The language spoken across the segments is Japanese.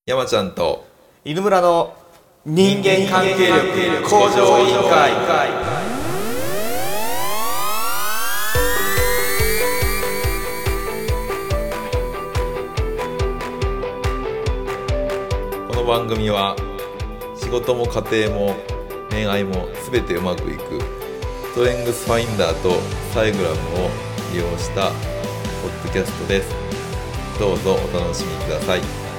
山ちゃんと犬村の人間関係力向上委員会。 この番組は仕事も家庭も恋愛も全てうまくいくストレングスファインダーとサイグラムを利用したポッドキャストです。どうぞお楽しみください。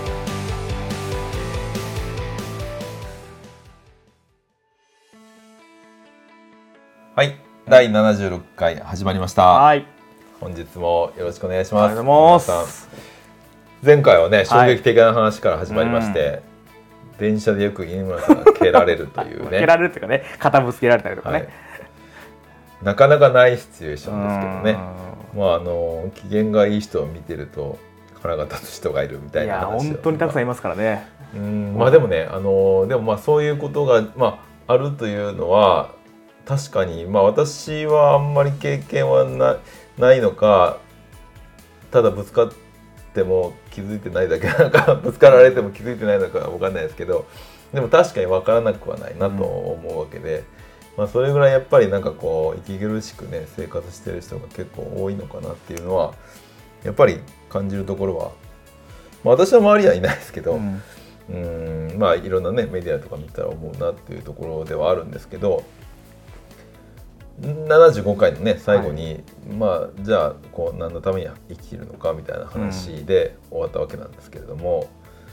はい、第76回始まりました。 はい、 本日もよろしくお願いします。 ありがとうございます。 前回はね、衝撃的な話から始まりまして、電車でよく犬村さんが蹴られるというね蹴られるっていうかね、肩ぶつけられたりとかね、 なかなかないシチュエーションですけどね。まあ機嫌がいい人を見てると腹が立つ人がいるみたいな話を。 いや本当にたくさんいますからね。 まあでもね、でもまあそういうことが、あるというのは確かに、私はあんまり経験はないのか、ただぶつかっても気づいてないだけなのかぶつかられても気づいてないのかわかんないですけど、でも確かにわからなくはないなと思うわけで、それぐらいやっぱりなんかこう息苦しくね生活してる人が結構多いのかなっていうのはやっぱり感じるところは、私は周りはいないですけど、いろんなねメディアとか見たら思うなっていうところではあるんですけど、75回のね最後に、じゃあこう何のために生きるのかみたいな話で終わったわけなんですけれども、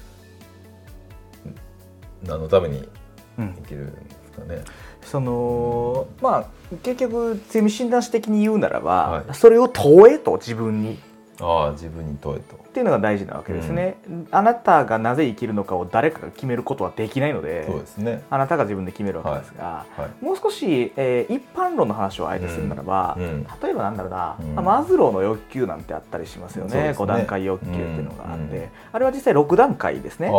何のために生きるんですかね。 結局精神診断士的に言うならば、それを問えと自分に自分に問えとっていうのが大事なわけですね。あなたがなぜ生きるのかを誰かが決めることはできないので、 そうですね、 あなたが自分で決めるわけですが、もう少し、一般論の話をあえてするならば、例えばなんだろうな、マズローの欲求なんてあったりしますよね。5段階欲求っていうのがあって、あれは実際6段階ですね。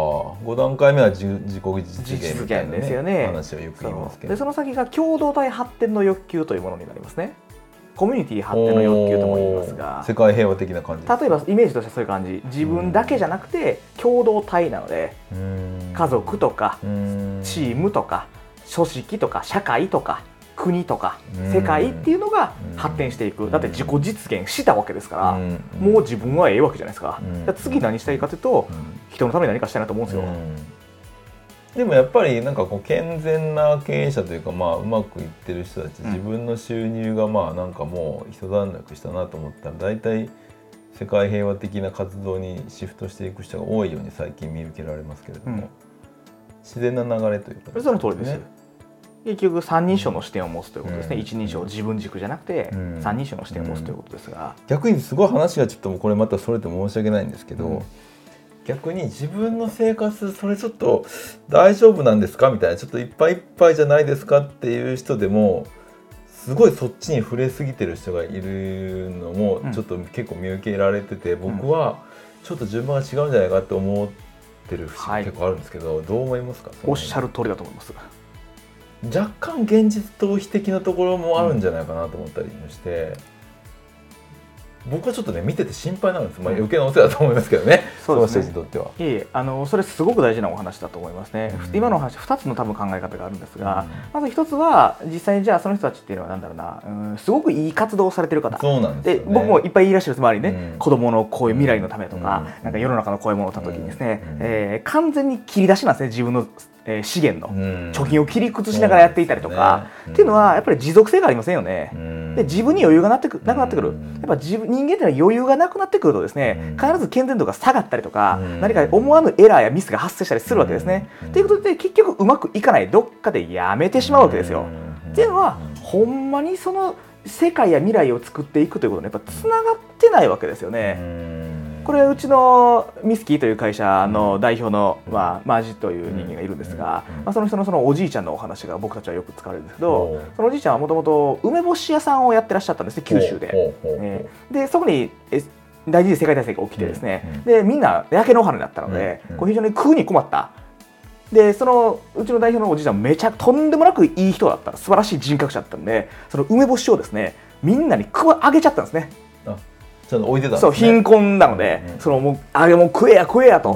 5段階目は自己実現みたいな、 ですよね。 話をよく言いますけど、 でその先が共同体発展の欲求というものになりますね。コミュニティ発展の欲求とも言いますが、 世界平和的な感じです。 例えばイメージとしてはそういう感じ、自分だけじゃなくて共同体なので、家族とかチームとか組織とか社会とか国とか世界っていうのが発展していく。だって自己実現したわけですから、もう自分はええわけじゃないですか。次何したいかというと、人のために何かしたいなと思うんですよ。 でもやっぱりなんかこう健全な経営者というか、うまくいってる人たち、自分の収入がなんかもう一段落したなと思ったら大体世界平和的な活動にシフトしていく人が多いように最近見受けられますけれども、自然な流れというか、 その通りです。結局三人称の視点を持つということですね。一人称、自分軸じゃなくて三人称の視点を持つということですが、 逆にすごい話がちょっとこれまたそれて申し訳ないんですけど、逆に自分の生活それちょっと大丈夫なんですかみたいな、ちょっといっぱいいっぱいじゃないですかっていう人でもすごいそっちに触れすぎてる人がいるのもちょっと結構見受けられてて、僕はちょっと順番が違うんじゃないかと思ってる節が結構あるんですけど、どう思いますか？ おっしゃる通りだと思います。 若干現実逃避的なところもあるんじゃないかなと思ったりもして、僕はちょっとね見てて心配なんです。余計なお世話だと思いますけどね。その人たちにとっては。 それすごく大事なお話だと思いますね。今の話2つの多分考え方があるんですが、まず1つは実際にじゃあその人たちっていうのはなんだろうな、すごくいい活動をされてる方。 そうなんですよね。 僕もいっぱいいらっしゃる周りにね、子供のこういう未来のためとか、なんか世の中のこういうものをた時にですね、完全に切り出しなんですね。自分の資源の貯金を切り崩しながらやっていたりとか、っていうのはやっぱり持続性がありませんよね。で自分に余裕がなくなってくる。やっぱ人間っていうのは余裕がなくなってくるとですね、必ず健全度が下がったりとか、何か思わぬエラーやミスが発生したりするわけですね。ということで結局うまくいかない、どっかでやめてしまうわけですよ。っていうのはほんまにその世界や未来を作っていくということにやっぱつながってないわけですよね。これうちのミスキーという会社の代表の、マージという人間がいるんですが、その人のそのおじいちゃんのお話が僕たちはよく使われるんですけど、そのおじいちゃんはもともと梅干し屋さんをやってらっしゃったんですね、九州で。でそこに第二次世界大戦が起きてですね、でみんな焼け野原になったので、非常に食うに困った。でそのうちの代表のおじいちゃんめちゃとんでもなくいい人だった、素晴らしい人格者だったんで、その梅干しをですねみんなにあげちゃったんですね。 ちょっと置いてたんですね。 そう、貧困なので、もうあれもう食えやと、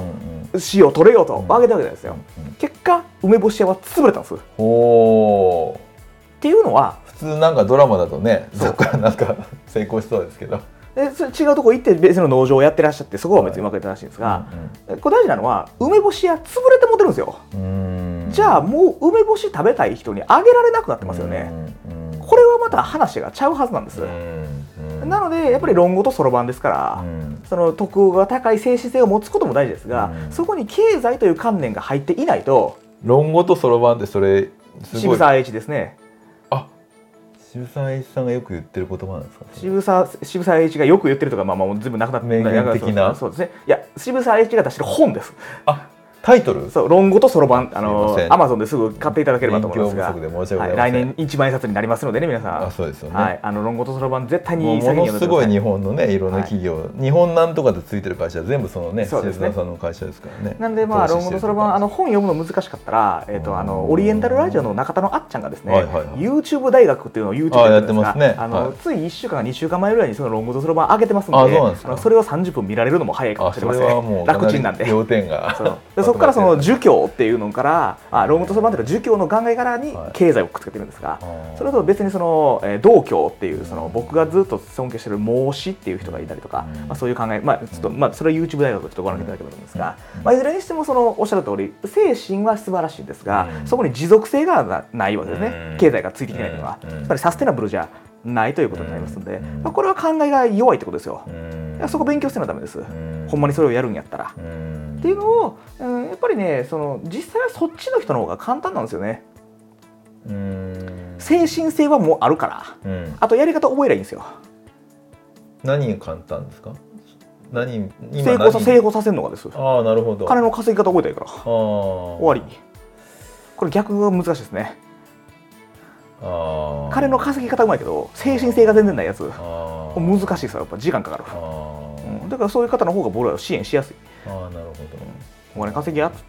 市を取れようと挙げたわけですよ。結果梅干し屋は潰れたんです。っていうのは普通なんかドラマだとね、そこからなんか成功しそうですけど、 それ違うとこ行って別の農場をやってらっしゃって、そこは別にうまくいったらしいんですが、これ大事なのは梅干し屋潰れてもてるんですよ。じゃあもう梅干し食べたい人にあげられなくなってますよね。これはまた話がちゃうはずなんです。なのでやっぱり論語とそろばんですから、その徳が高い精神性を持つことも大事ですが、そこに経済という観念が入っていないと。 論語とそろばんってそれすごい渋沢栄一ですね。 渋沢栄一さんがよく言ってる言葉なんですか。 渋沢栄一がよく言ってるとか、まあ全部なくなって名言的な。 そうですね。いや、渋沢栄一が出してる本です。 タイトル？ そう、論語とそろばん、アマゾンですぐ買っていただければと思いますが、来年1万円札になりますのでね、皆さん。 そうですよね。 はい、論語とそろばん絶対にものすごい日本のね、いろんな企業、日本なんとかでついてる会社は全部そのね、渋沢さんの会社ですからね。 なんで論語とそろばん、本読むの難しかったら、オリエンタルラジオの中田のあっちゃんがですね、YouTube 大学っていうのを YouTube でやってますが、つい1週間か2週間前ぐらいにその論語とそろばん上げてますので、それを30分見られるのも早いかもしれません。楽ちんなんで。 要点が。 そこからその儒教っていうのから論語とそろばんというのは儒教の考え方に経済をくっつけてるんですが、それと別にその道教っていうその僕がずっと尊敬している孟子っていう人がいたりとか、そういう考え、ちょっとそれは YouTube 大学でちょっとご覧いただければと思うんですが、いずれにしてもそのおっしゃる通り精神は素晴らしいんですが、そこに持続性がないわけですね。経済がついてきてないというのはつまりサステナブルじゃないということになりますので、これは考えが弱いってことですよ。そこ勉強してのはダメです。ほんまにそれをやるんやったらっていうのを、やっぱりね、その実際はそっちの人の方が簡単なんですよね。精神性はもうあるから、あとやり方覚えりゃいいんですよ。 何が簡単ですか？ 成功させるのがです。 なるほど。 金の稼ぎ方覚えたらいいから終わり。これ逆が難しいですね。金の稼ぎ方うまいけど精神性が全然ないやつ難しいですよ。やっぱ時間かかる。だからそういう方の方が僕らは支援しやすい。 なるほど。 お金稼ぎやっつって。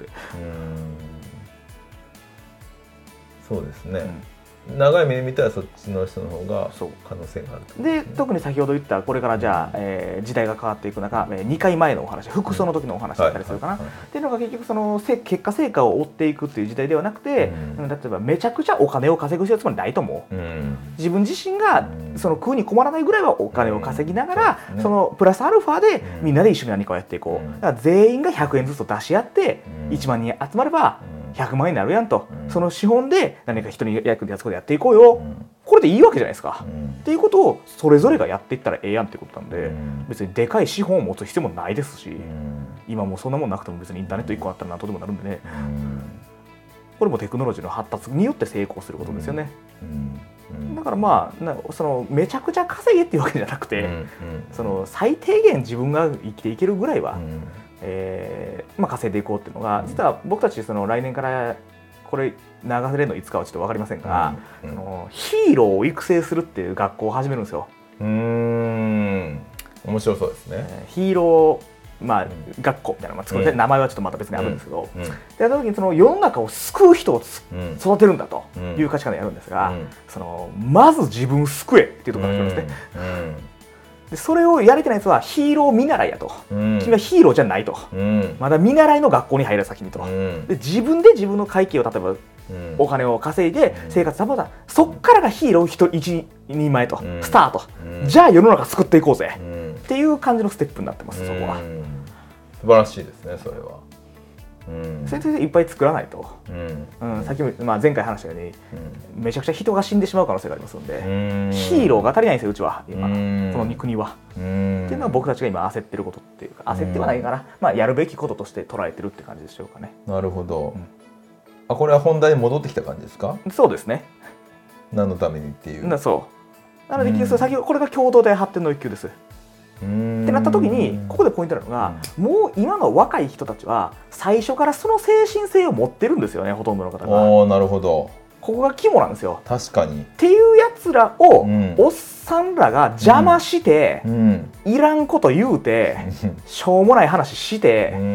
そうですね。長い目で見たらそっちの人の方が可能性があると。 で特に先ほど言ったこれからじゃあ、時代が変わっていく中、2回前のお話、服装の時のお話だったりするかなっていうのが結局その結果成果を追っていくっていう時代ではなくて、例えばめちゃくちゃお金を稼ぐ必要はつまりないと思う。自分自身がその食うに困らないぐらいはお金を稼ぎながら、そのプラスアルファでみんなで一緒に何かをやっていこう。だから全員が100円ずつ出し合って1万人集まれば100万円になるやんと、その資本で何か人に役に立つことやっていこうよ、これでいいわけじゃないですか、っていうことをそれぞれがやっていったらええやんっていうことなんで、別にでかい資本を持つ必要もないですし、今もうそんなもんなくても別にインターネット1個あったら何とでもなるんでね、これもテクノロジーの発達によって成功することですよね。だからまあそのめちゃくちゃ稼げっていうわけじゃなくて、その最低限自分が生きていけるぐらいは稼いでいこうっていうのが、実は僕たちその来年からこれ流れるのいつかはちょっと分かりませんが、ヒーローを育成するっていう学校を始めるんですよ。 面白そうですね。 ヒーロー学校みたいな、名前はちょっとまた別にあるんですけど、でやった時にその世の中を救う人を育てるんだという価値観でやるんですが、そのまず自分を救えっていうところがあるんですね。でそれをやれてないやつはヒーロー見習いやと、君はヒーローじゃないと、まだ見習いの学校に入る先にと、で自分で自分の会計を例えばお金を稼いで生活サポーター、そっからがヒーロー一人前と、スタート、じゃあ世の中救っていこうぜっていう感じのステップになってます。そこは素晴らしいですね。それは先生でいっぱい作らないと、さっきも前回話したようにめちゃくちゃ人が死んでしまう可能性がありますので、ヒーローが足りないんですよ、うちは今この国は。っていうのは僕たちが今焦ってることっていうか、焦ってはないから、やるべきこととして捉えてるって感じでしょうかね。 なるほど。これは本題に戻ってきた感じですか？ そうですね。 何のためにっていう。 そうなので先ほどこれが共同体発展の一級です。ってなった時にここでポイントなのが、もう今の若い人たちは最初からその精神性を持ってるんですよね、ほとんどの方が。 なるほど。 ここが肝なんですよ。 確かに。 っていうやつらを、おっさんらが邪魔して、いらんこと言うて、しょうもない話して、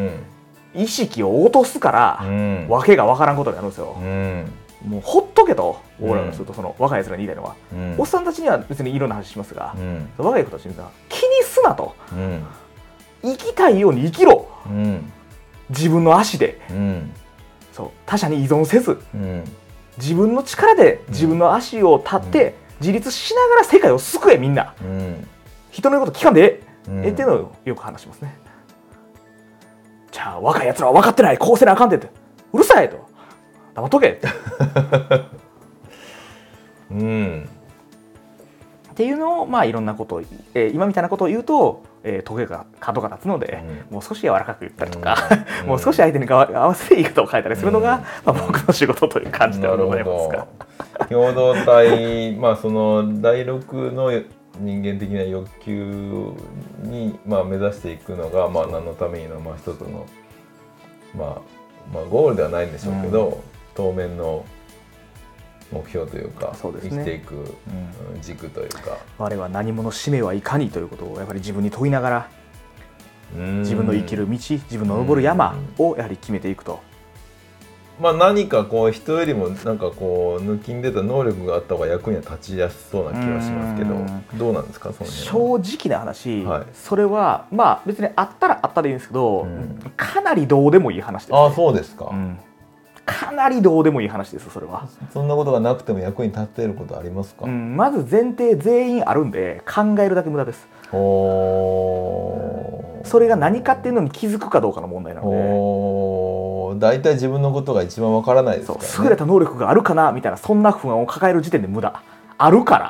意識を落とすから、わけがわからんことになるんですよ。もうほっとけと、僕らからするとその若い奴らに言いたいのは、おっさんたちには別にいろんな話しますが、若い子たちには気にすなと、生きたいように生きろ、 自分の足で、そう他者に依存せず、自分の力で自分の足を立って自立しながら世界を救えみんな、人の言うこと聞かんでっていうのをよく話しますね。じゃあ若いやつらは分かってない、こうせなあかんでってうるさいと黙っとけってっていうのをいろんなことを、今みたいなことを言うと、トゲが角が立つので、もう少し柔らかく言ったりとか、もう少し相手に合わせて言い方を変えたりするのが、僕の仕事という感じではございますが。 共同体、その第6の人間的な欲求に、目指していくのが、何のためにの、一つの、ゴールではないんでしょうけど、当面の目標というか、生きていく軸というか、 我は何者使命はいかにということをやっぱり自分に問いながら、自分の生きる道、自分の登る山をやはり決めていくと。 何かこう人よりもなんかこう抜きん出た能力があった方が役には立ちやすそうな気がしますけど、どうなんですか、その正直な話、それは別にあったらあったでいいんですけど、かなりどうでもいい話です、ね。 あ、そうですか。 かなりどうでもいい話です。それはそんなことがなくても役に立っていることありますか？ まず前提全員あるんで考えるだけ無駄です。それが何かっていうのに気づくかどうかの問題なので、大体自分のことが一番わからないですからね。 優れた能力があるかなみたいな、そんな不安を抱える時点で無駄。あるから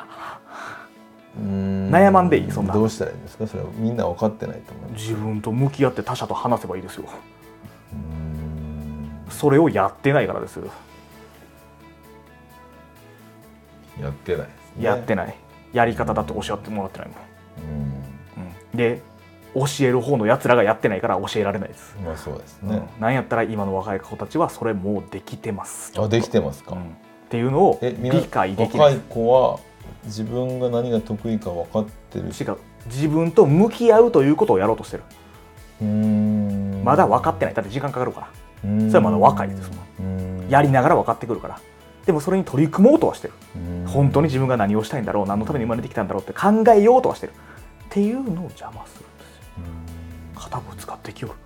悩まんでいい。そんなどうしたらいいんですか？それはみんな分かってないと思う。 自分と向き合って他者と話せばいいですよ。それをやってないからですよ。 やってないですね。 やってない。やり方だって教えてもらってないもん。で教える方のやつらがやってないから教えられないです。 そうですね。 なんやったら今の若い子たちはそれもうできてます。 あ、できてますか。 っていうのを理解できない。 若い子は自分が何が得意か分かってる。 違う。自分と向き合うということをやろうとしてる。まだ分かってない。だって時間かかるから。それはまだ若いです。やりながら分かってくるから。でもそれに取り組もうとはしてる。本当に自分が何をしたいんだろう、何のために生まれてきたんだろうって考えようとはしてるっていうのを邪魔するんですよ。肩ぶつかってきよる。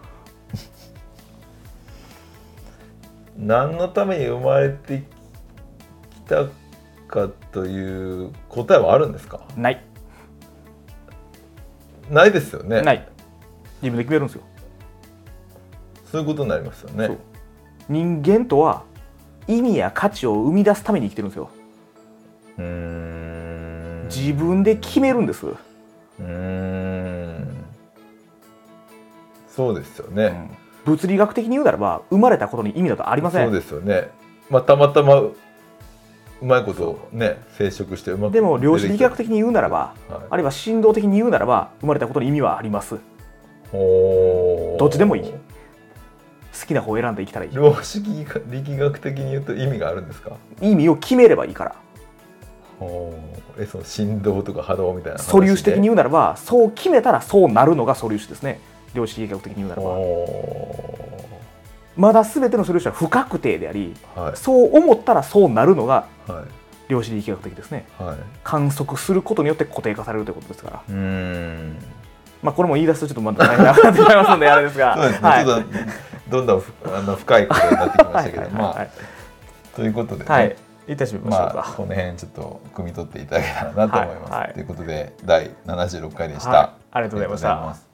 何のために生まれてきたかという答えはあるんですか？ ないですよね。 ない。自分で決めるんですよ。 そういうことになりますよね。そう、 人間とは意味や価値を生み出すために生きてるんですよ。自分で決めるんです。 そうですよね。 物理学的に言うならば生まれたことに意味だとありません。 そうですよね。たまたまうまいことね生殖してうまく。 でも量子力学的に言うならば、あるいは振動的に言うならば生まれたことに意味はあります。どっちでもいい。好きな方を選んで生きたらいい。 量子力学的に言うと意味があるんですか？ 意味を決めればいいから。 その振動とか波動みたいな話で。 素粒子的に言うならばそう決めたらそうなるのが素粒子ですね。量子力学的に言うならば。まだ全ての素粒子は不確定であり、そう思ったらそうなるのが量子力学的ですね。観測することによって固定化されるということですから。これも言い出すとちょっとまた大変なくなってしまいますのであれですが、 そうですね、ちょっとどんどん深いことになってきましたけど、ということでね、 いたしましょうか。 この辺ちょっと汲み取っていただけたらなと思います。ということで第76回でした。 ありがとうございました。